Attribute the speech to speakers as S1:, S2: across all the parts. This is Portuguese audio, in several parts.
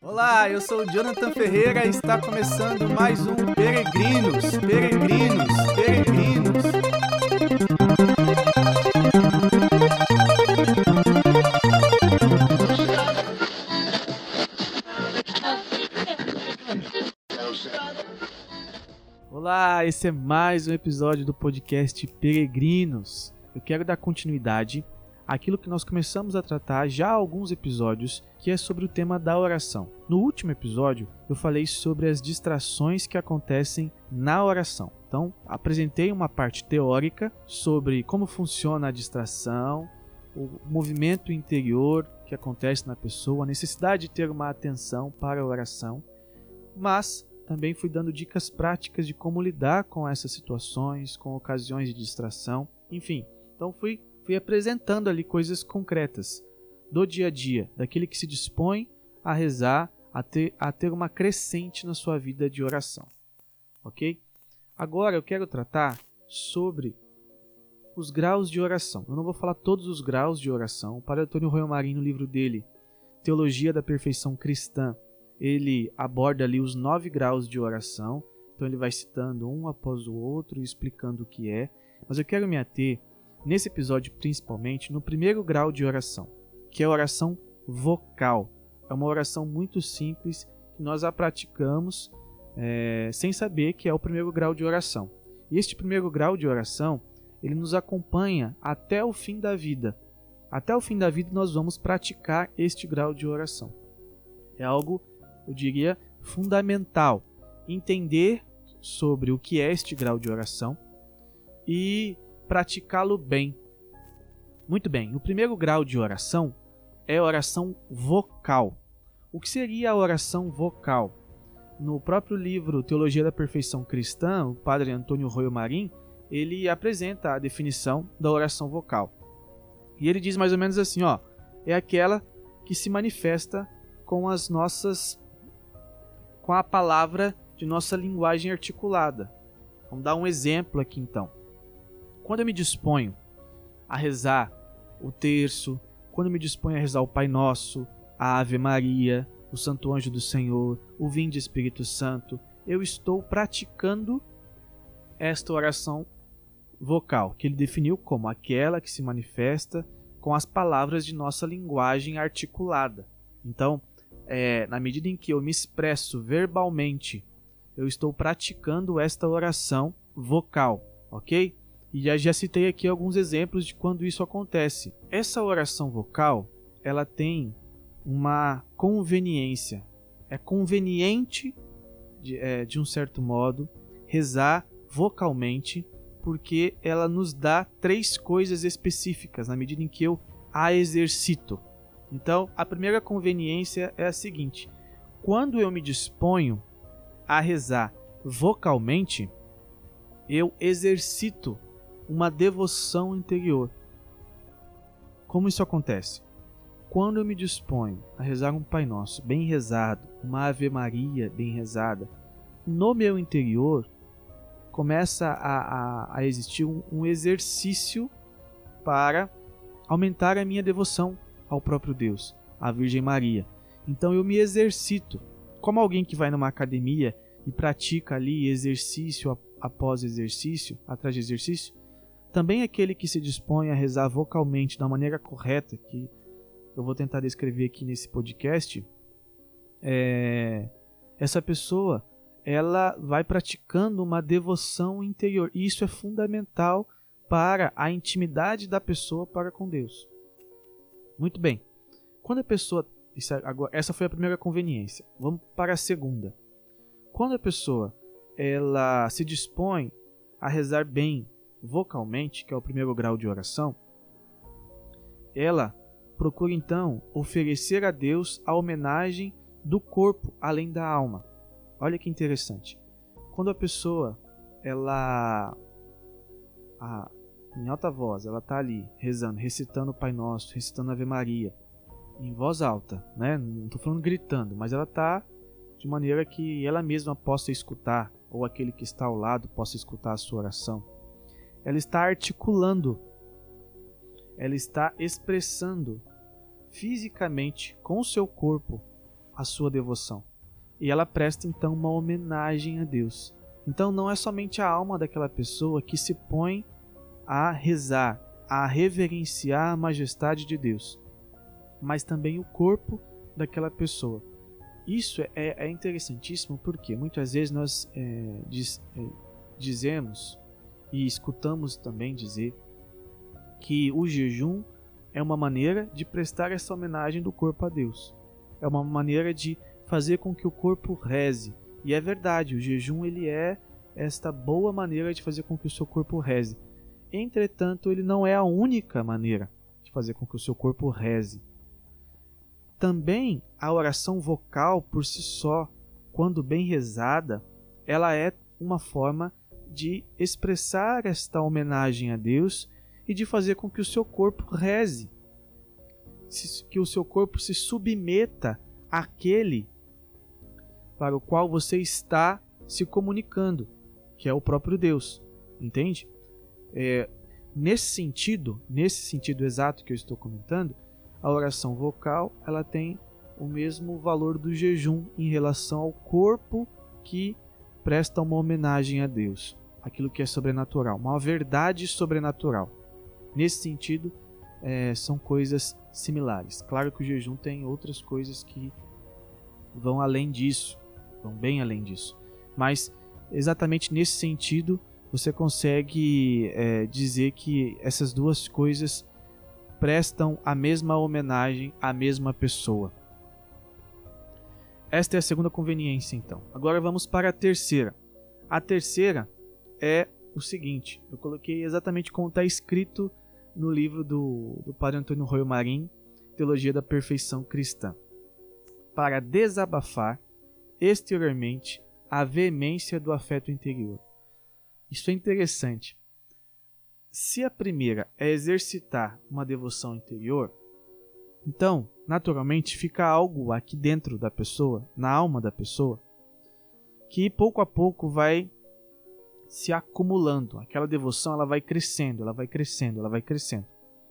S1: Olá, eu sou o Jonathan Ferreira e está começando mais um Peregrinos. Olá, esse é mais um episódio do podcast Peregrinos. Eu quero dar continuidade àquilo que nós começamos a tratar já há alguns episódios, que é sobre o tema da oração. No último episódio, eu falei sobre as distrações que acontecem na oração. Então, apresentei uma parte teórica sobre como funciona a distração, o movimento interior que acontece na pessoa, a necessidade de ter uma atenção para a oração, mas também fui dando dicas práticas de como lidar com essas situações, com ocasiões de distração, enfim. Então fui apresentando ali coisas concretas do dia a dia, daquele que se dispõe a rezar, a ter uma crescente na sua vida de oração. Ok? Agora eu quero tratar sobre os graus de oração. Eu não vou falar todos os graus de oração. O Padre Antônio Royo Marim, no livro dele, Teologia da Perfeição Cristã, ele aborda ali os 9 graus de oração. Então ele vai citando um após o outro e explicando o que é. Mas eu quero me ater, nesse episódio principalmente, no primeiro grau de oração, que é a oração vocal. É uma oração muito simples que nós a praticamos sem saber que é o primeiro grau de oração. E este primeiro grau de oração, ele nos acompanha até o fim da vida. Até o fim da vida nós vamos praticar este grau de oração. É algo, eu diria, fundamental. Entender sobre o que é este grau de oração e praticá-lo bem. Muito bem, o primeiro grau de oração é a oração vocal. O que seria a oração vocal? No próprio livro Teologia da Perfeição Cristã, o Padre Antônio Royo Marim, ele apresenta a definição da oração vocal. E ele diz mais ou menos assim, é aquela que se manifesta com com a palavra de nossa linguagem articulada. Vamos dar um exemplo aqui então. Quando eu me disponho a rezar o terço, quando eu me disponho a rezar o Pai Nosso, a Ave Maria, o Santo Anjo do Senhor, o Vinde Espírito Santo, eu estou praticando esta oração vocal, que ele definiu como aquela que se manifesta com as palavras de nossa linguagem articulada. Então, na medida em que eu me expresso verbalmente, eu estou praticando esta oração vocal, ok? E já citei aqui alguns exemplos de quando isso acontece. Essa oração vocal, ela tem uma conveniência. É conveniente, de um certo modo, rezar vocalmente, porque ela nos dá 3 coisas específicas, na medida em que eu a exercito. Então, a primeira conveniência é a seguinte: quando eu me disponho a rezar vocalmente, eu exercito uma devoção interior. Como isso acontece? Quando eu me disponho a rezar um Pai Nosso bem rezado, uma Ave Maria bem rezada, no meu interior começa a existir um exercício para aumentar a minha devoção ao próprio Deus, à Virgem Maria. Então eu me exercito, como alguém que vai numa academia e pratica ali exercício após exercício, atrás de exercício. Também aquele que se dispõe a rezar vocalmente da maneira correta, que eu vou tentar descrever aqui nesse podcast, essa pessoa ela vai praticando uma devoção interior. E isso é fundamental para a intimidade da pessoa para com Deus. Muito bem. Quando a pessoa... essa foi a primeira conveniência. Vamos para a segunda. Quando a pessoa ela se dispõe a rezar bem vocalmente, que é o primeiro grau de oração, ela procura então oferecer a Deus a homenagem do corpo além da alma. Olha que interessante. Quando a pessoa ela em alta voz, ela está ali rezando, recitando o Pai Nosso, recitando a Ave Maria, em voz alta, né? Não estou falando gritando, mas ela está de maneira que ela mesma possa escutar, ou aquele que está ao lado possa escutar a sua oração. Ela está articulando, ela está expressando fisicamente com o seu corpo a sua devoção. E ela presta então uma homenagem a Deus. Então não é somente a alma daquela pessoa que se põe a rezar, a reverenciar a majestade de Deus, mas também o corpo daquela pessoa. Isso é interessantíssimo porque muitas vezes nós dizemos e escutamos também dizer que o jejum é uma maneira de prestar essa homenagem do corpo a Deus. É uma maneira de fazer com que o corpo reze. E é verdade, o jejum ele é esta boa maneira de fazer com que o seu corpo reze. Entretanto, ele não é a única maneira de fazer com que o seu corpo reze. Também a oração vocal por si só, quando bem rezada, ela é uma forma de expressar esta homenagem a Deus e de fazer com que o seu corpo reze, que o seu corpo se submeta àquele para o qual você está se comunicando, que é o próprio Deus, entende? Nesse sentido exato que eu estou comentando, a oração vocal ela tem o mesmo valor do jejum em relação ao corpo que presta uma homenagem a Deus, aquilo que é sobrenatural, uma verdade sobrenatural. Nesse sentido, são coisas similares. Claro que o jejum tem outras coisas que vão além disso, vão bem além disso, mas exatamente nesse sentido você consegue dizer que essas duas coisas prestam a mesma homenagem à mesma pessoa. Esta é a segunda conveniência, então. Agora vamos para a terceira. A terceira é o seguinte, eu coloquei exatamente como está escrito no livro do Padre Antônio Royo Marim, Teologia da Perfeição Cristã. Para desabafar exteriormente a veemência do afeto interior. Isso é interessante. Se a primeira é exercitar uma devoção interior, então, naturalmente, fica algo aqui dentro da pessoa, na alma da pessoa, que pouco a pouco vai se acumulando. Aquela devoção ela vai crescendo, ela vai crescendo, ela vai crescendo.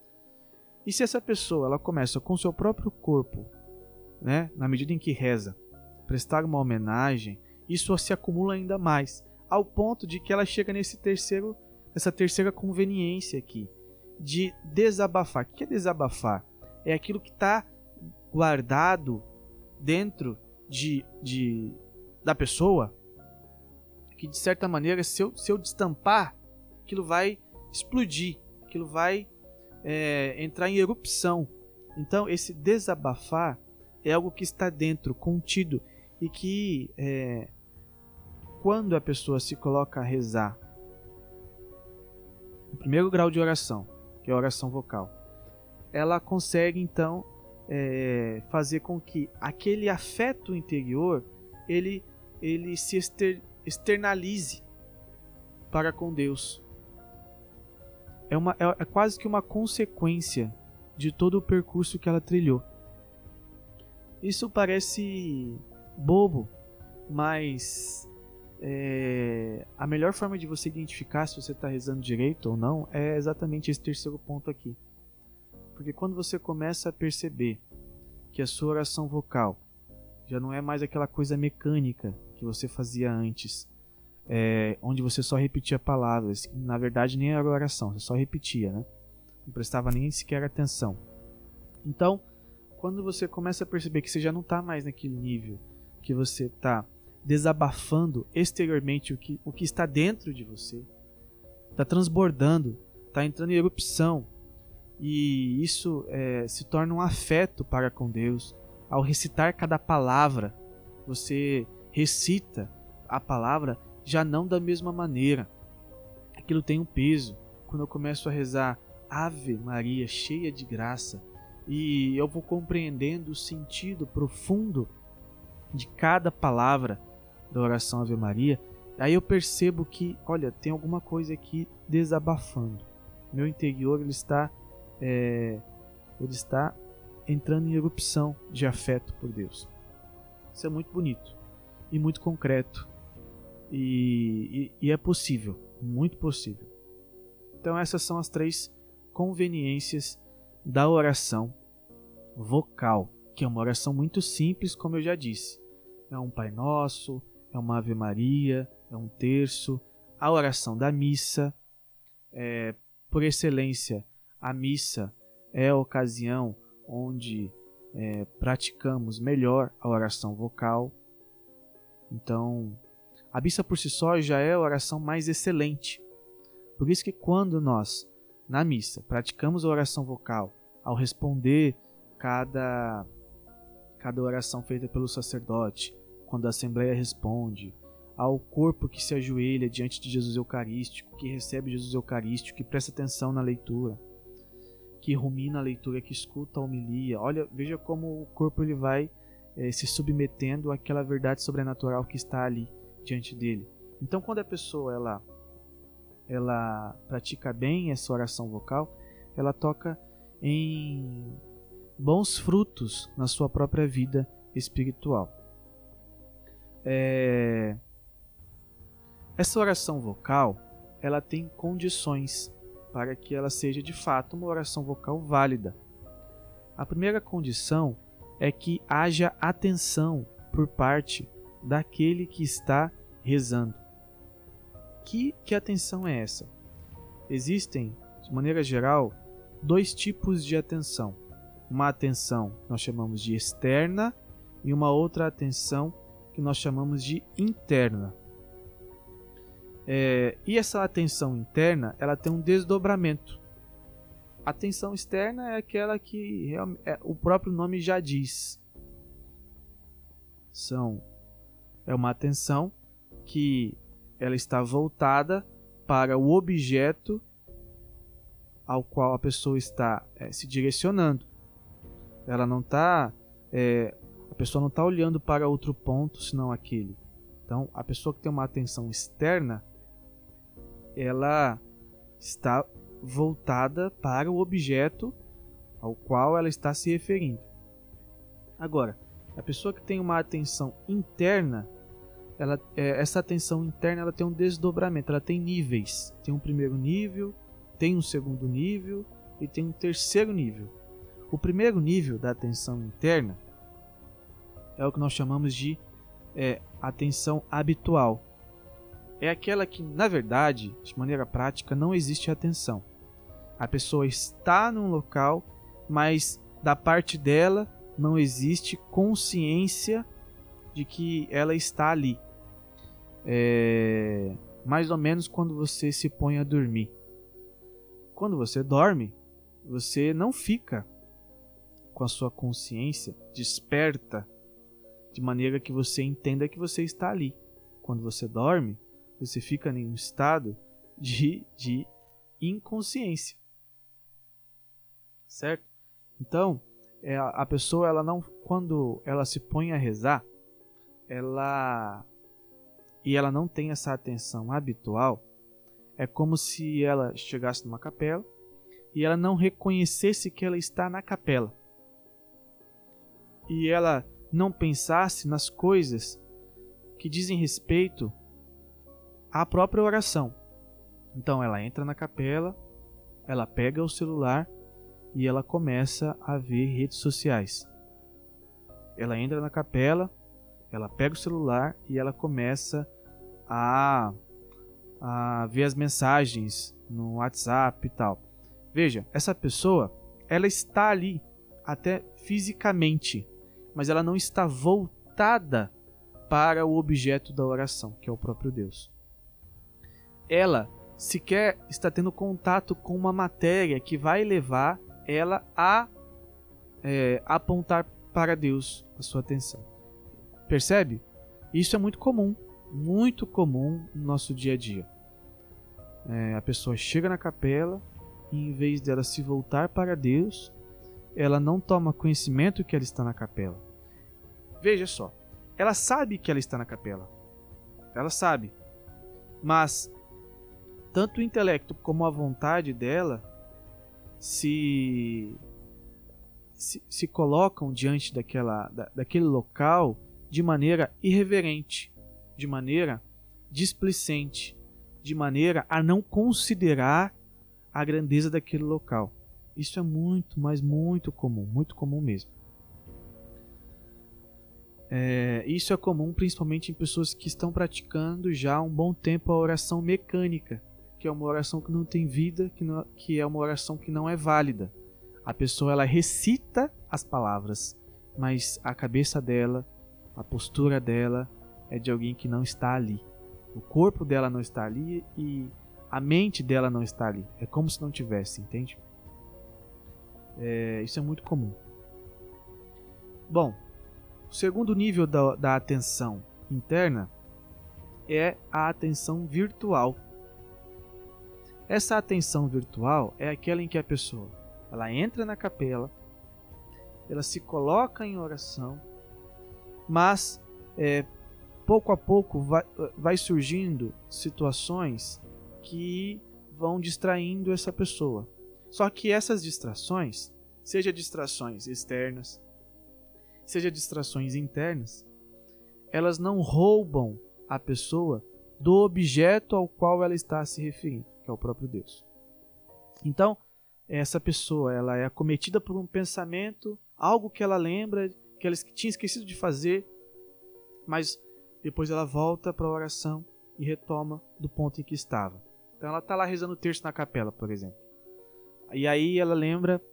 S1: E se essa pessoa ela começa com o seu próprio corpo, né, na medida em que reza, prestar uma homenagem, isso se acumula ainda mais, ao ponto de que ela chega nessa terceira conveniência aqui, de desabafar. O que é desabafar? É aquilo que está guardado dentro da pessoa, que de certa maneira, se eu destampar, aquilo vai explodir, aquilo vai entrar em erupção. Então, esse desabafar é algo que está dentro, contido, e que quando a pessoa se coloca a rezar, o primeiro grau de oração, que é a oração vocal, ela consegue então fazer com que aquele afeto interior ele se externalize para com Deus. É quase que uma consequência de todo o percurso que ela trilhou. Isso parece bobo, mas a melhor forma de você identificar se você está rezando direito ou não é exatamente esse terceiro ponto aqui. Porque quando você começa a perceber que a sua oração vocal já não é mais aquela coisa mecânica que você fazia antes, onde você só repetia palavras, que na verdade nem era oração, você só repetia, né? Não prestava nem sequer atenção. Então, quando você começa a perceber que você já não está mais naquele nível, que você está desabafando exteriormente o que está dentro de você, está transbordando, está entrando em erupção, e isso se torna um afeto para com Deus. Ao recitar cada palavra, você recita a palavra já não da mesma maneira. Aquilo tem um peso. Quando eu começo a rezar Ave Maria, cheia de graça, e eu vou compreendendo o sentido profundo de cada palavra da oração Ave Maria, aí eu percebo que, olha, tem alguma coisa aqui desabafando. Meu interior ele está entrando em erupção de afeto por Deus. Isso é muito bonito e muito concreto e é possível, muito possível. Então essas são as três conveniências da oração vocal. que é uma oração muito simples, como eu já disse. É um Pai Nosso, é uma Ave Maria, é um terço, a oração da missa. Por excelência, a missa é a ocasião onde praticamos melhor a oração vocal. Então, a missa por si só já é a oração mais excelente. Por isso que quando nós, na missa, praticamos a oração vocal, ao responder cada oração feita pelo sacerdote, quando a Assembleia responde, ao corpo que se ajoelha diante de Jesus Eucarístico, que recebe Jesus Eucarístico, que presta atenção na leitura, que rumina a leitura, que escuta a homilia. Olha, veja como o corpo ele vai se submetendo àquela verdade sobrenatural que está ali diante dele. Então, quando a pessoa ela pratica bem essa oração vocal, ela toca em bons frutos na sua própria vida espiritual. Essa oração vocal, ela tem condições para que ela seja de fato uma oração vocal válida. A primeira condição é que haja atenção por parte daquele que está rezando. Que atenção é essa? Existem, de maneira geral, dois tipos de atenção. Uma atenção que nós chamamos de externa e uma outra atenção que nós chamamos de interna. E essa atenção interna, ela tem um desdobramento. A atenção externa é aquela que o próprio nome já diz. É uma atenção que ela está voltada para o objeto ao qual a pessoa está se direcionando. Ela não está, a pessoa não está olhando para outro ponto senão aquele. Então, a pessoa que tem uma atenção externa, ela está voltada para o objeto ao qual ela está se referindo. Agora, a pessoa que tem uma atenção interna, essa atenção interna ela tem um desdobramento, ela tem níveis. Tem um primeiro nível, tem um segundo nível e tem um terceiro nível. O primeiro nível da atenção interna é o que nós chamamos de atenção habitual. É aquela que, na verdade, de maneira prática, não existe atenção. A pessoa está num local, mas da parte dela não existe consciência de que ela está ali. Mais ou menos quando você se põe a dormir. Quando você dorme, você não fica com a sua consciência desperta de maneira que você entenda que você está ali. Quando você dorme, você fica em um estado de inconsciência. Certo? Então, a pessoa, ela não, quando ela se põe a rezar, ela não tem essa atenção habitual, é como se ela chegasse numa capela e ela não reconhecesse que ela está na capela. E ela não pensasse nas coisas que dizem respeito à própria oração. Então ela entra na capela, ela pega o celular e ela começa a ver redes sociais. Ela entra na capela, ela pega o celular e ela começa a ver as mensagens no WhatsApp e tal. Veja, essa pessoa, ela está ali até fisicamente, mas ela não está voltada para o objeto da oração, que é o próprio Deus. Ela sequer está tendo contato com uma matéria que vai levar ela a apontar para Deus a sua atenção. Percebe? Isso é muito comum no nosso dia a dia. A pessoa chega na capela e, em vez dela se voltar para Deus, ela não toma conhecimento que ela está na capela. Veja só, ela sabe que ela está na capela. Ela sabe. Mas tanto o intelecto como a vontade dela se colocam diante daquele local de maneira irreverente, de maneira displicente, de maneira a não considerar a grandeza daquele local. Isso é muito, mas muito comum mesmo. Isso é comum principalmente em pessoas que estão praticando já há um bom tempo a oração mecânica, que é uma oração que não tem vida, que é uma oração que não é válida. A pessoa ela recita as palavras, mas a cabeça dela, a postura dela é de alguém que não está ali. O corpo dela não está ali e a mente dela não está ali. É como se não tivesse, entende? Isso é muito comum. Bom, o segundo nível da atenção interna é a atenção virtual. Essa atenção virtual é aquela em que a pessoa ela entra na capela, ela se coloca em oração, mas pouco a pouco vai surgindo situações que vão distraindo essa pessoa. Só que essas distrações, seja distrações externas, seja distrações internas, elas não roubam a pessoa do objeto ao qual ela está se referindo, que é o próprio Deus. Então, essa pessoa ela é acometida por um pensamento, algo que ela lembra, que ela tinha esquecido de fazer, mas depois ela volta para a oração e retoma do ponto em que estava. Então ela está lá rezando o terço na capela, por exemplo. E aí ela lembra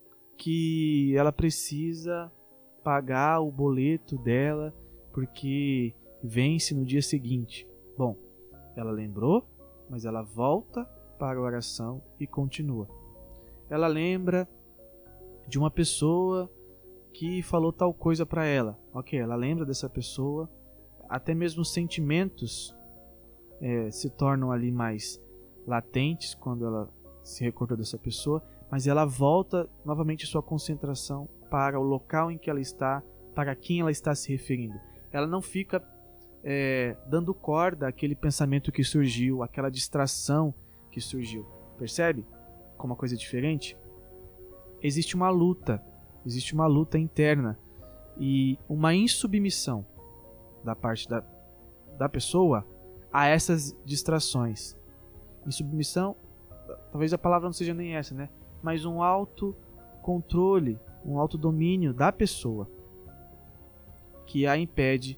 S1: que ela precisa pagar o boleto dela porque vence no dia seguinte. Bom, ela lembrou, mas ela volta para a oração e continua. Ela lembra de uma pessoa que falou tal coisa para ela. Ok, ela lembra dessa pessoa, até mesmo os sentimentos se tornam ali mais latentes quando ela se recorda dessa pessoa, mas ela volta novamente sua concentração para o local em que ela está, para quem ela está se referindo. Ela não fica dando corda àquele pensamento que surgiu, àquela distração que surgiu. Percebe como uma coisa diferente? Existe uma luta interna e uma insubmissão da parte da pessoa a essas distrações. Insubmissão, talvez a palavra não seja nem essa, né? Mas um autocontrole, um autodomínio da pessoa que a impede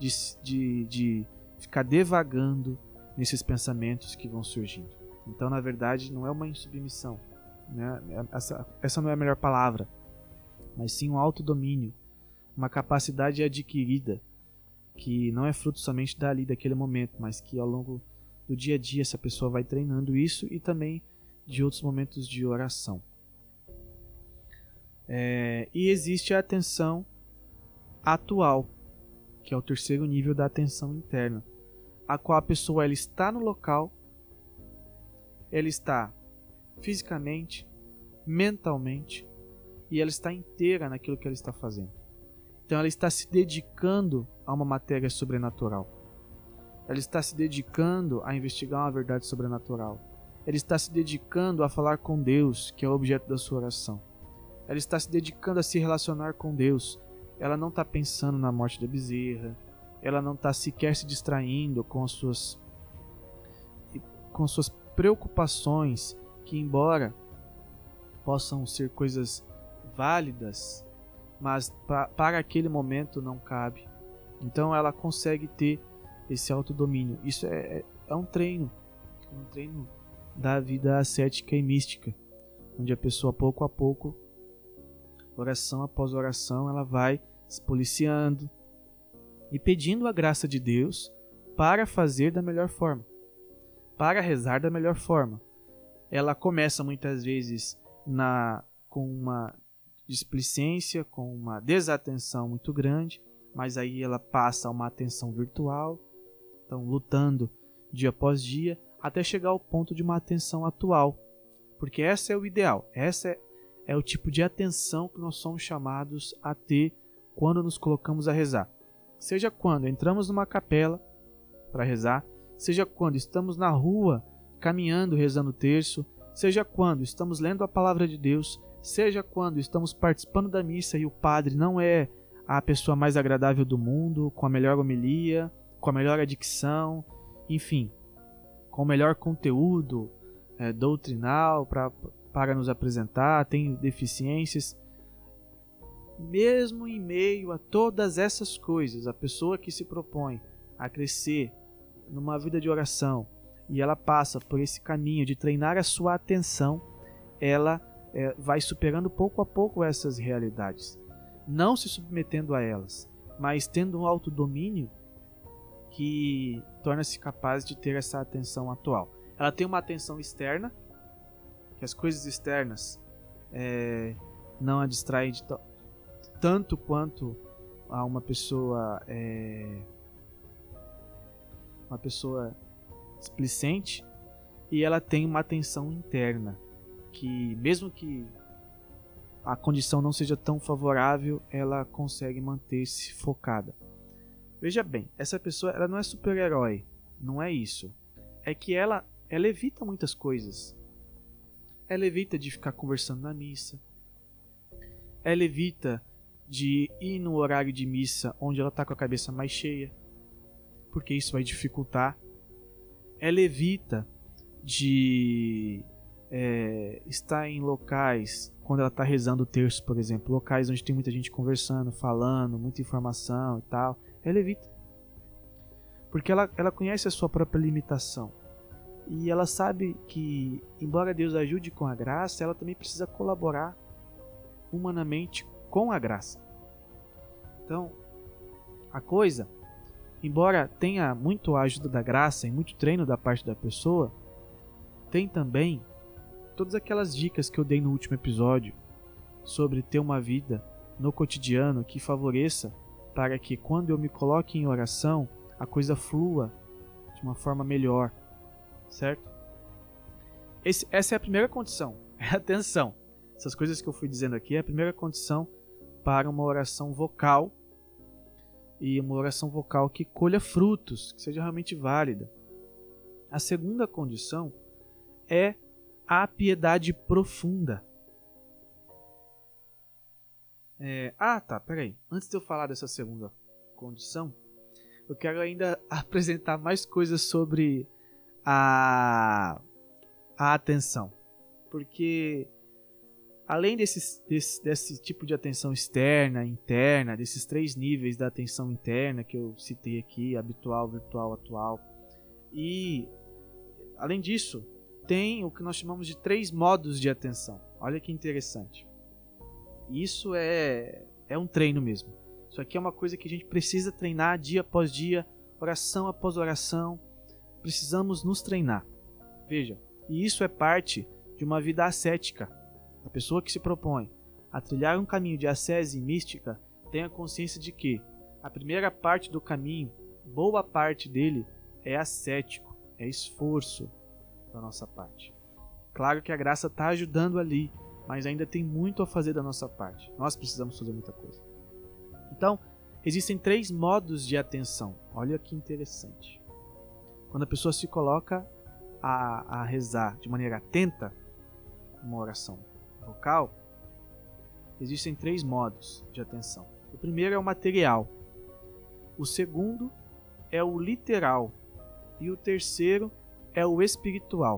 S1: de ficar devagando nesses pensamentos que vão surgindo. Então, na verdade, não é uma insubmissão, né? Essa não é a melhor palavra, mas sim um autodomínio, uma capacidade adquirida que não é fruto somente daquele momento, mas que ao longo do dia a dia essa pessoa vai treinando isso e também de outros momentos de oração. E existe a atenção atual, que é o terceiro nível da atenção interna, a qual a pessoa ela está no local, ela está fisicamente, mentalmente, e ela está inteira naquilo que ela está fazendo. Então ela está se dedicando a uma matéria sobrenatural. Ela está se dedicando a investigar uma verdade sobrenatural. Ela está se dedicando a falar com Deus, que é o objeto da sua oração. Ela está se dedicando a se relacionar com Deus. Ela não está pensando na morte da bezerra. Ela não está sequer se distraindo com suas preocupações, que embora possam ser coisas válidas, mas para aquele momento não cabe. Então ela consegue ter esse autodomínio. Isso é um treino da vida ascética e mística, onde a pessoa pouco a pouco, oração após oração, ela vai se policiando e pedindo a graça de Deus para fazer da melhor forma, para rezar da melhor forma. Ela começa muitas vezes com uma displicência, com uma desatenção muito grande, mas aí ela passa a uma atenção virtual, então lutando dia após dia, até chegar ao ponto de uma atenção atual, porque essa é o ideal, essa é o tipo de atenção que nós somos chamados a ter quando nos colocamos a rezar. Seja quando entramos numa capela para rezar, seja quando estamos na rua caminhando, rezando o terço, seja quando estamos lendo a palavra de Deus, seja quando estamos participando da missa e o padre não é a pessoa mais agradável do mundo, com a melhor homilia, com a melhor adicção, enfim, com o melhor conteúdo doutrinal para nos apresentar, tem deficiências. mesmo em meio a todas essas coisas, a pessoa que se propõe a crescer numa vida de oração e ela passa por esse caminho de treinar a sua atenção, ela vai superando pouco a pouco essas realidades, não se submetendo a elas, mas tendo um autodomínio que torna-se capaz de ter essa atenção atual. Ela tem uma atenção externa, que as coisas externas não a distraem tanto quanto a uma pessoa displicente, e ela tem uma atenção interna, que mesmo que a condição não seja tão favorável, ela consegue manter-se focada. Veja bem, essa pessoa ela não é super-herói, não é isso. É que ela evita muitas coisas. Ela evita de ficar conversando na missa. Ela evita de ir no horário de missa onde ela está com a cabeça mais cheia, porque isso vai dificultar. Ela evita de estar em locais, quando ela está rezando o terço, por exemplo, locais onde tem muita gente conversando, falando, muita informação e tal. Ela evita, porque ela conhece a sua própria limitação e ela sabe que, embora Deus ajude com a graça, ela também precisa colaborar humanamente com a graça. Então, a coisa, embora tenha muito a ajuda da graça e muito treino da parte da pessoa, tem também todas aquelas dicas que eu dei no último episódio sobre ter uma vida no cotidiano que favoreça para que, quando eu me coloque em oração, a coisa flua de uma forma melhor, certo? Essa é a primeira condição, é a atenção. Essas coisas que eu fui dizendo aqui é a primeira condição para uma oração vocal, e uma oração vocal que colha frutos, que seja realmente válida. A segunda condição é a piedade profunda. Peraí. Antes de eu falar dessa segunda condição, eu quero ainda apresentar mais coisas sobre a atenção. Porque além desse tipo de atenção externa, interna, desses 3 níveis da atenção interna que eu citei aqui, habitual, virtual, atual, e além disso, tem o que nós chamamos de 3 modos de atenção. Olha que interessante. Isso é um treino mesmo. Isso aqui é uma coisa que a gente precisa treinar dia após dia, oração após oração. Precisamos nos treinar. Veja, e isso é parte de uma vida ascética. A pessoa que se propõe a trilhar um caminho de ascese mística tem a consciência de que a primeira parte do caminho, boa parte dele, é ascético, é esforço da nossa parte. Claro que a graça está ajudando ali, mas ainda tem muito a fazer da nossa parte. Nós precisamos fazer muita coisa. Então, existem 3 modos de atenção. Olha que interessante. Quando a pessoa se coloca a rezar de maneira atenta, uma oração vocal, existem 3 modos de atenção. O primeiro é o material. O segundo é o literal. E o terceiro é o espiritual.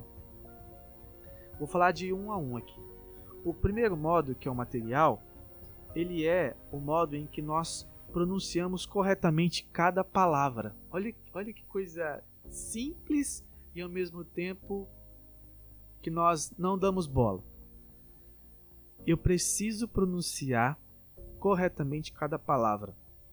S1: Vou falar de um a um aqui. O primeiro modo, que é o material, ele é o modo em que nós pronunciamos corretamente cada palavra. Olha que coisa simples e ao mesmo tempo que nós não damos bola. Eu preciso pronunciar corretamente cada palavra.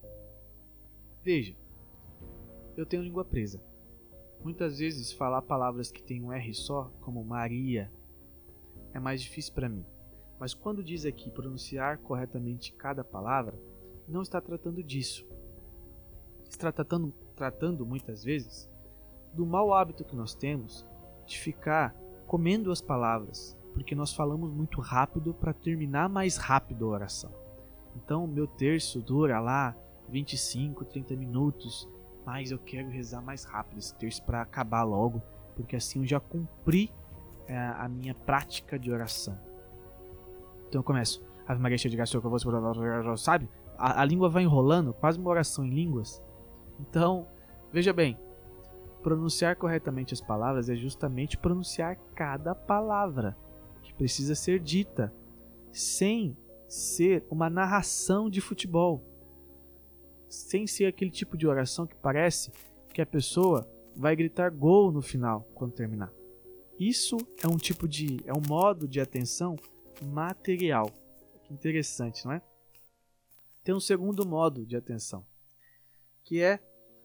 S1: Veja, eu tenho língua presa. Muitas vezes falar palavras que têm um R só, como Maria, é mais difícil para mim. Mas quando diz aqui pronunciar corretamente cada palavra, não está tratando disso. Está tratando muitas vezes do mau hábito que nós temos de ficar comendo as palavras, porque nós falamos muito rápido para terminar mais rápido a oração. Então o meu terço dura lá 25, 30 minutos, mas eu quero rezar mais rápido esse terço para acabar logo, porque assim eu já cumpri a minha prática de oração. Então eu começo, Ave Maria cheia de graça, sabe? A língua vai enrolando, quase uma oração em línguas. Então, veja bem, pronunciar corretamente as palavras é justamente pronunciar cada palavra que precisa ser dita, sem ser uma narração de futebol, sem ser aquele tipo de oração que parece que a pessoa vai gritar gol no final quando terminar. Isso é um modo de atenção material. Que interessante, não é? Tem um segundo modo de atenção, que é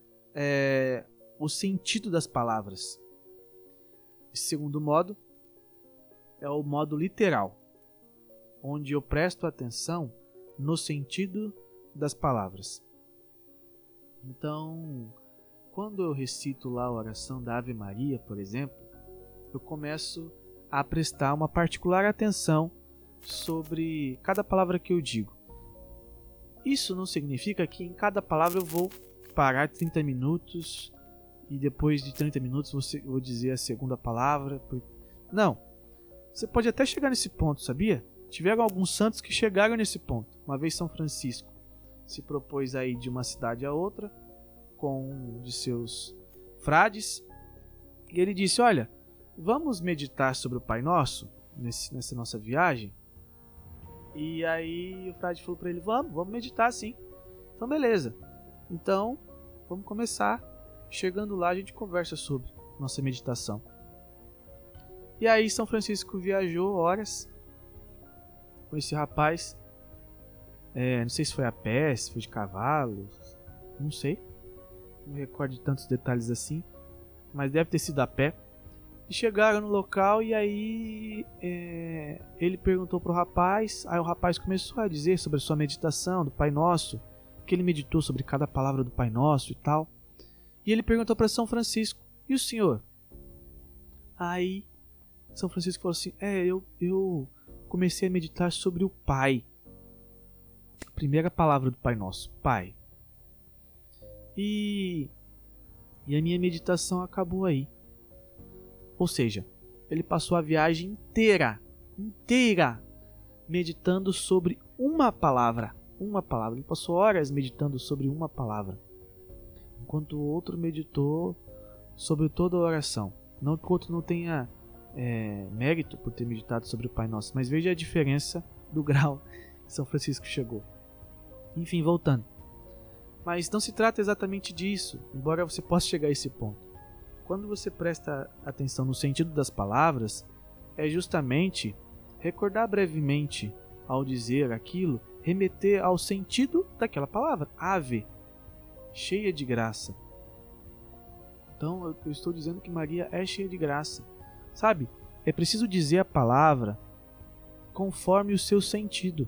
S1: o sentido das palavras. Esse segundo modo é o modo literal, onde eu presto atenção no sentido das palavras. Então, quando eu recito lá a oração da Ave Maria, por exemplo, eu começo a prestar uma particular atenção sobre cada palavra que eu digo. Isso não significa que em cada palavra eu vou parar 30 minutos e depois de 30 minutos vou dizer a segunda palavra. Não. Você pode até chegar nesse ponto, sabia? Tiveram alguns santos que chegaram nesse ponto. Uma vez São Francisco se propôs a ir de uma cidade a outra com um de seus frades. E ele disse, olha, vamos meditar sobre o Pai Nosso nessa nossa viagem? E aí o frade falou para ele, vamos meditar sim. Então beleza. Então vamos começar. Chegando lá a gente conversa sobre nossa meditação. E aí São Francisco viajou horas com esse rapaz. Não sei se foi a pé, se foi de cavalo, não sei. Não me recordo de tantos detalhes assim, mas deve ter sido a pé. E chegaram no local e aí ele perguntou pro rapaz. Aí o rapaz começou a dizer sobre a sua meditação do Pai Nosso, que ele meditou sobre cada palavra do Pai Nosso e tal. E ele perguntou para São Francisco, e o senhor? Aí São Francisco falou assim, eu comecei a meditar sobre o Pai. A primeira palavra do Pai Nosso, Pai. E a minha meditação acabou aí. Ou seja, ele passou a viagem inteira, meditando sobre uma palavra. Ele passou horas meditando sobre uma palavra. Enquanto o outro meditou sobre toda a oração. Não que o outro não tenha mérito por ter meditado sobre o Pai Nosso, mas veja a diferença do grau que São Francisco chegou. Enfim, voltando. Mas não se trata exatamente disso, embora você possa chegar a esse ponto. Quando você presta atenção no sentido das palavras, é justamente recordar brevemente, ao dizer aquilo, remeter ao sentido daquela palavra. Ave, cheia de graça. Então eu estou dizendo que Maria é cheia de graça. Sabe? É preciso dizer a palavra conforme o seu sentido.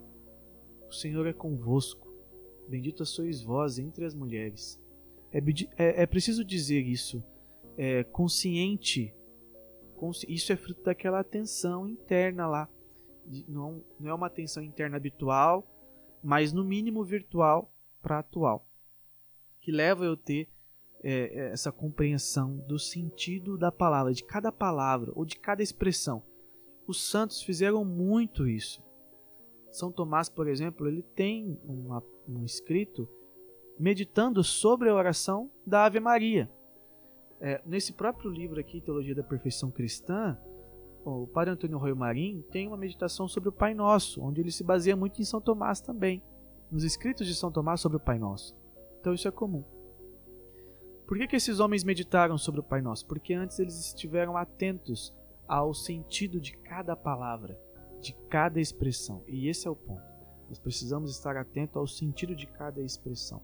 S1: O Senhor é convosco. Bendita sois vós entre as mulheres. É preciso dizer isso. Consciente. Isso é fruto daquela atenção interna lá. Não é uma atenção interna habitual, mas no mínimo virtual para atual, que leva eu a ter essa compreensão do sentido da palavra, de cada palavra ou de cada expressão. Os santos fizeram muito isso. São Tomás, por exemplo, ele tem um escrito meditando sobre a oração da Ave Maria. Nesse próprio livro aqui, Teologia da Perfeição Cristã, o Padre Antônio Roio Marim tem uma meditação sobre o Pai Nosso, onde ele se baseia muito em São Tomás também, nos escritos de São Tomás sobre o Pai Nosso. Então isso é comum. Por que esses homens meditaram sobre o Pai Nosso? Porque antes eles estiveram atentos ao sentido de cada palavra, de cada expressão. E esse é o ponto. Nós precisamos estar atentos ao sentido de cada expressão.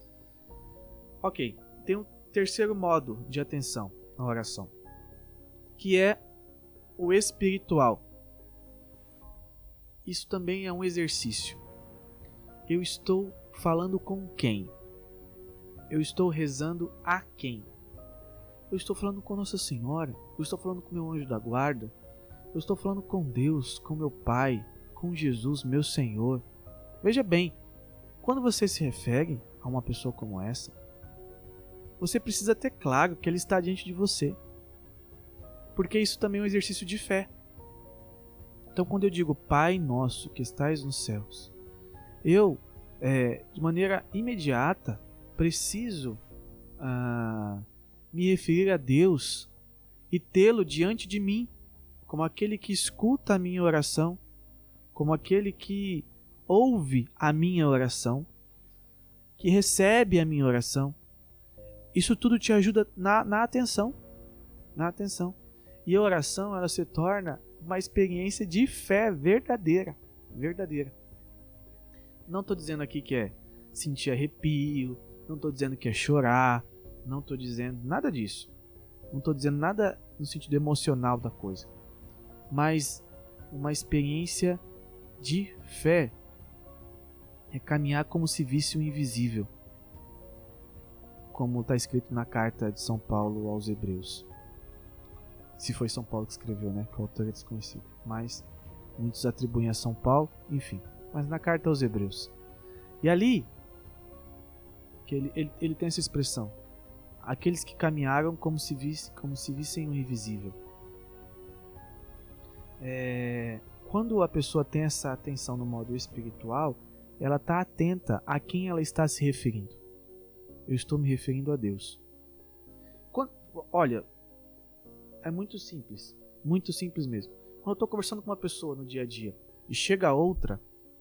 S1: Ok, tem um terceiro modo de atenção na oração, que é o espiritual. Isso também é um exercício. Eu estou falando com quem? Eu estou rezando a quem? Eu estou falando com Nossa Senhora? Eu estou falando com meu anjo da guarda? Eu estou falando com Deus, com meu Pai, com Jesus, meu Senhor? Veja bem, quando você se refere a uma pessoa como essa, você precisa ter claro que ela está diante de você. Porque isso também é um exercício de fé. Então quando eu digo Pai Nosso que estais nos céus, eu, de maneira imediata, preciso me referir a Deus e tê-lo diante de mim, como aquele que escuta a minha oração, como aquele que ouve a minha oração, que recebe a minha oração. Isso tudo te ajuda na atenção. Na atenção. E a oração, ela se torna uma experiência de fé verdadeira. Verdadeira. Não estou dizendo aqui que é sentir arrepio, não estou dizendo que é chorar, não estou dizendo nada disso. Não estou dizendo nada no sentido emocional da coisa. Mas uma experiência de fé é caminhar como se visse o invisível. Como está escrito na carta de São Paulo aos Hebreus. Se foi São Paulo que escreveu, né? Que o autor é desconhecido. Mas muitos atribuem a São Paulo, enfim. Mas na carta aos Hebreus. E ali, que ele tem essa expressão. Aqueles que caminharam como se vissem o invisível. Quando a pessoa tem essa atenção no modo espiritual, ela está atenta a quem ela está se referindo. Eu estou me referindo a Deus. Olha, é muito simples mesmo. Quando eu estou conversando com uma pessoa no dia a dia e chega outra,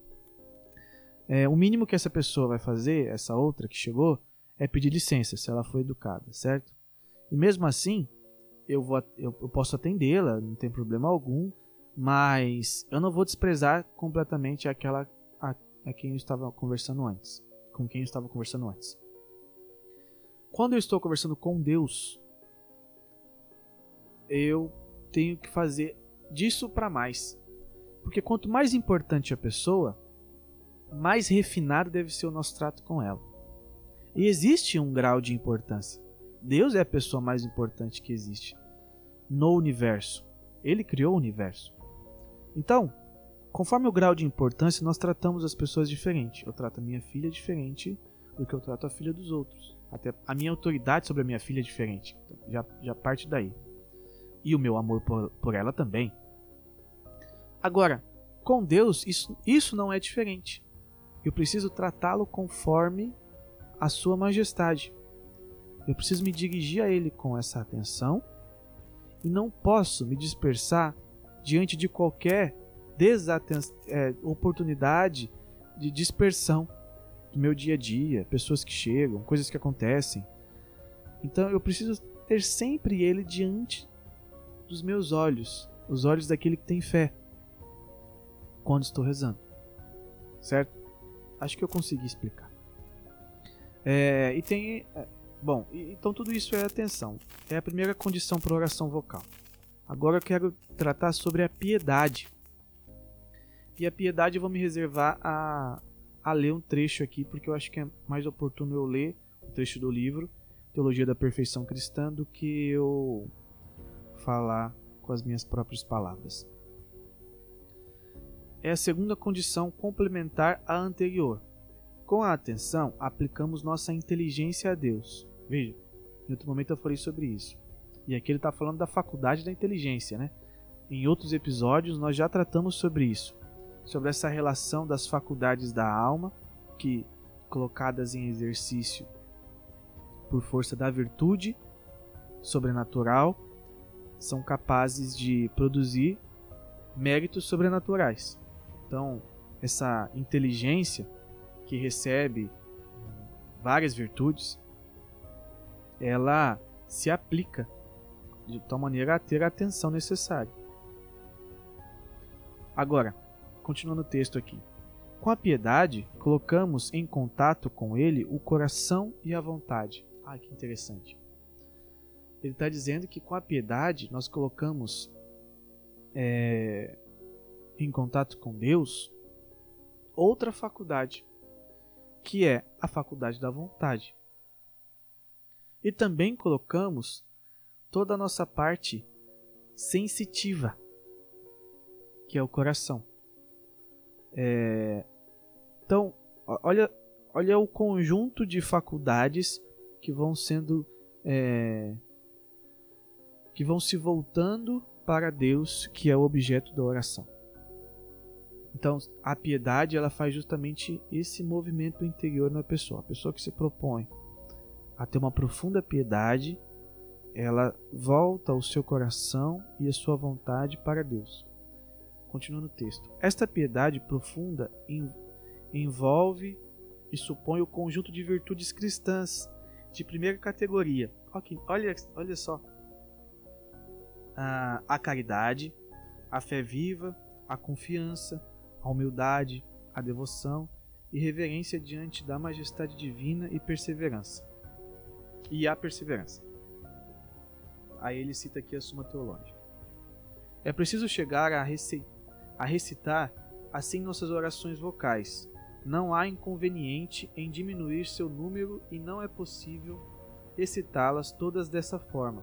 S1: o mínimo que essa pessoa vai fazer, essa outra que chegou, é pedir licença, se ela foi educada, certo? E mesmo assim, eu posso atendê-la, não tem problema algum, mas eu não vou desprezar completamente a quem eu estava conversando antes, com quem eu estava conversando antes. Quando eu estou conversando com Deus, eu tenho que fazer disso para mais. Porque quanto mais importante a pessoa, mais refinado deve ser o nosso trato com ela. E existe um grau de importância. Deus é a pessoa mais importante que existe no universo. Ele criou o universo. Então, conforme o grau de importância, nós tratamos as pessoas diferente. Eu trato a minha filha diferente do que eu trato a filha dos outros. Até a minha autoridade sobre a minha filha é diferente. Já parte daí. E o meu amor por ela também. Agora, com Deus, isso não é diferente. Eu preciso tratá-lo conforme a sua majestade. Eu preciso me dirigir a Ele com essa atenção e não posso me dispersar diante de qualquer oportunidade de dispersão do meu dia a dia, pessoas que chegam, coisas que acontecem. Então eu preciso ter sempre Ele diante dos meus olhos, os olhos daquele que tem fé, quando estou rezando, certo? Acho que eu consegui explicar. Então tudo isso é atenção. É a primeira condição para a oração vocal. Agora eu quero tratar sobre a piedade. E a piedade eu vou me reservar a ler um trecho aqui, porque eu acho que é mais oportuno eu ler um trecho do livro Teologia da Perfeição Cristã do que eu falar com as minhas próprias palavras. É a segunda condição complementar à anterior. Com a atenção, aplicamos nossa inteligência a Deus. Veja, em outro momento eu falei sobre isso. E aqui ele está falando da faculdade da inteligência, né? Em outros episódios nós já tratamos sobre isso. Sobre essa relação das faculdades da alma, que, colocadas em exercício por força da virtude sobrenatural, são capazes de produzir méritos sobrenaturais. Então, essa inteligência que recebe várias virtudes, ela se aplica de tal maneira a ter a atenção necessária. Agora, continuando o texto aqui. Com a piedade, colocamos em contato com ele o coração e a vontade. Ah, que interessante. Ele está dizendo que com a piedade nós colocamos em contato com Deus outra faculdade, que é a faculdade da vontade. E também colocamos toda a nossa parte sensitiva, que é o coração. Então, olha o conjunto de faculdades que vão sendo que vão se voltando para Deus, que é o objeto da oração. Então, a piedade ela faz justamente esse movimento interior na pessoa. A pessoa que se propõe a ter uma profunda piedade, ela volta o seu coração e a sua vontade para Deus. Continua no texto. Esta piedade profunda envolve e supõe o conjunto de virtudes cristãs de primeira categoria. Olha só. A caridade, a fé viva, a confiança, a humildade, a devoção e reverência diante da majestade divina e perseverança. E a perseverança. Aí ele cita aqui a Suma Teológica. É preciso chegar a recitar assim nossas orações vocais. Não há inconveniente em diminuir seu número e não é possível recitá-las todas dessa forma.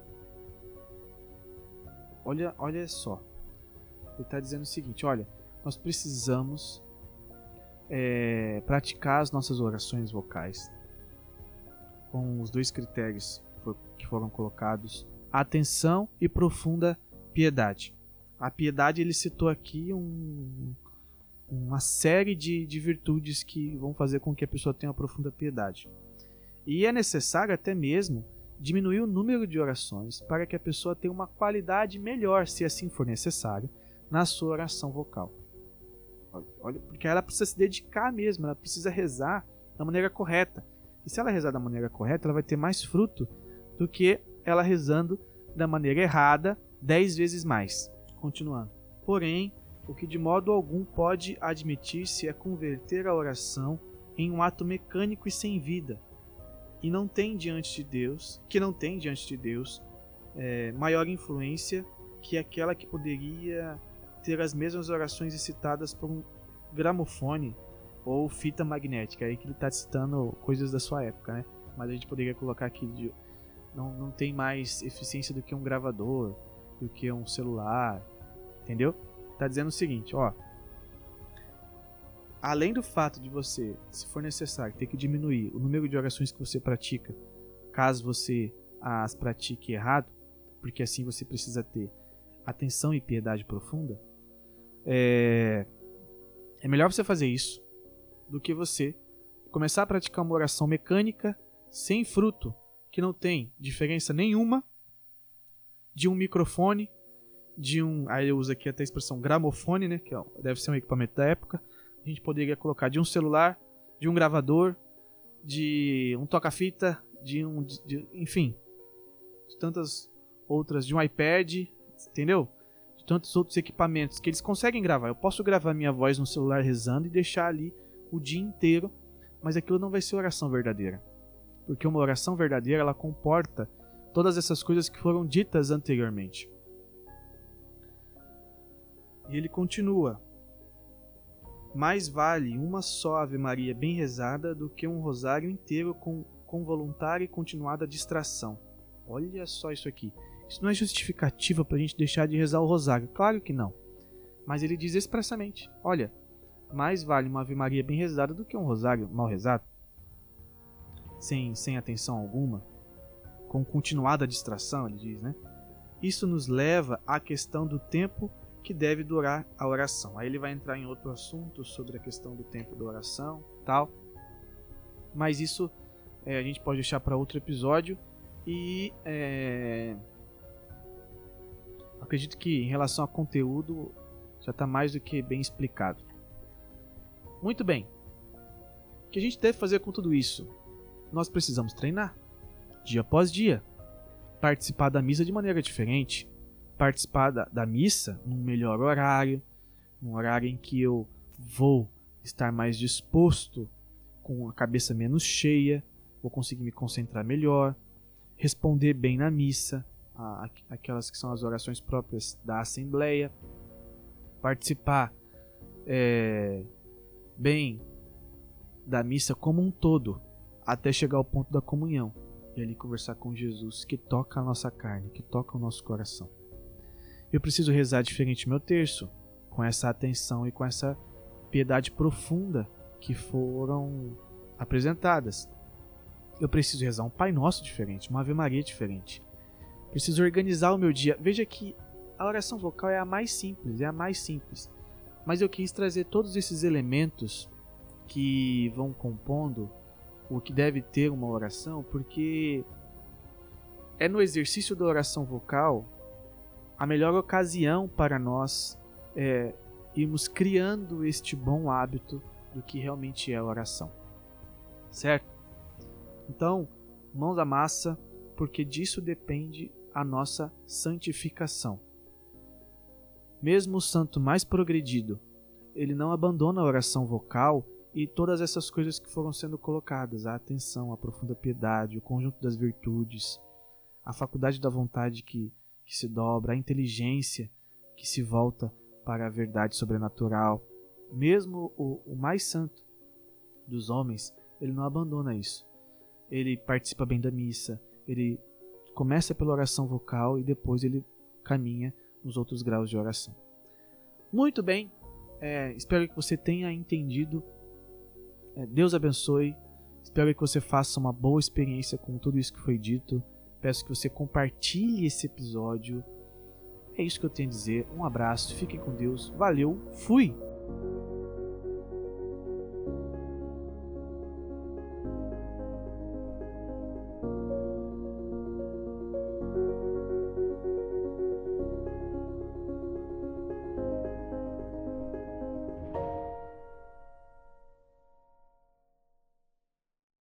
S1: Olha só. Ele está dizendo o seguinte, olha, nós precisamos praticar as nossas orações vocais com os dois critérios que foram colocados: atenção e profunda piedade. A piedade, ele citou aqui uma série de virtudes que vão fazer com que a pessoa tenha uma profunda piedade. E é necessário até mesmo diminuir o número de orações para que a pessoa tenha uma qualidade melhor, se assim for necessário, na sua oração vocal. Olha, porque ela precisa se dedicar mesmo, ela precisa rezar da maneira correta. E se ela rezar da maneira correta, ela vai ter mais fruto do que ela rezando da maneira errada 10 vezes mais. Continuando. Porém, o que de modo algum pode admitir-se é converter a oração em um ato mecânico e sem vida, e não tem diante de Deus maior influência que aquela que poderia ter as mesmas orações recitadas por um gramofone ou fita magnética. Aí que ele está citando coisas da sua época, né? Mas a gente poderia colocar aqui, não tem mais eficiência do que um gravador, do que um celular, entendeu? Tá dizendo o seguinte, ó: além do fato de você, se for necessário, ter que diminuir o número de orações que você pratica, caso você as pratique errado, porque assim você precisa ter atenção e piedade profunda, é melhor você fazer isso do que você começar a praticar uma oração mecânica sem fruto, que não tem diferença nenhuma de um microfone, aí eu uso aqui até a expressão gramofone, né, que deve ser um equipamento da época. A gente poderia colocar de um celular, de um gravador, de um toca-fita, enfim, de tantas outras, de um iPad, entendeu? De tantos outros equipamentos que eles conseguem gravar. Eu posso gravar minha voz no celular rezando e deixar ali o dia inteiro, mas aquilo não vai ser oração verdadeira. Porque uma oração verdadeira, ela comporta todas essas coisas que foram ditas anteriormente. E ele continua: mais vale uma só Ave Maria bem rezada do que um rosário inteiro com voluntária e continuada distração. Olha só isso aqui. Isso não é justificativa para a gente deixar de rezar o rosário. Claro que não. Mas ele diz expressamente: olha, mais vale uma Ave Maria bem rezada do que um rosário mal rezado, sem atenção alguma, com continuada distração, ele diz, né? Isso nos leva à questão do tempo que deve durar a oração. Aí ele vai entrar em outro assunto sobre a questão do tempo da oração, tal. Mas isso a gente pode deixar para outro episódio. E acredito que em relação a conteúdo já está mais do que bem explicado. Muito bem. O que a gente deve fazer com tudo isso? Nós precisamos treinar, dia após dia, participar da missa de maneira diferente, participar da missa num melhor horário, num horário em que eu vou estar mais disposto, com a cabeça menos cheia, vou conseguir me concentrar melhor, responder bem na missa, aquelas que são as orações próprias da Assembleia, participar bem da missa como um todo, até chegar ao ponto da comunhão, e ali conversar com Jesus, que toca a nossa carne, que toca o nosso coração. Eu preciso rezar diferente meu terço, com essa atenção e com essa piedade profunda que foram apresentadas. Eu preciso rezar um Pai Nosso diferente, uma Ave Maria diferente. Preciso organizar o meu dia. Veja que a oração vocal é a mais simples, mas eu quis trazer todos esses elementos que vão compondo o que deve ter uma oração, porque é no exercício da oração vocal a melhor ocasião para nós irmos criando este bom hábito do que realmente é a oração. Certo? Então, mãos à massa, porque disso depende a nossa santificação. Mesmo o santo mais progredido, ele não abandona a oração vocal e todas essas coisas que foram sendo colocadas, a atenção, a profunda piedade, o conjunto das virtudes, a faculdade da vontade que se dobra, a inteligência que se volta para a verdade sobrenatural. Mesmo o mais santo dos homens, ele não abandona isso. Ele participa bem da missa, ele começa pela oração vocal e depois ele caminha nos outros graus de oração. Muito bem, espero que você tenha entendido. Deus abençoe, espero que você faça uma boa experiência com tudo isso que foi dito. Peço que você compartilhe esse episódio. É isso que eu tenho a dizer. Um abraço, fiquem com Deus. Valeu, fui!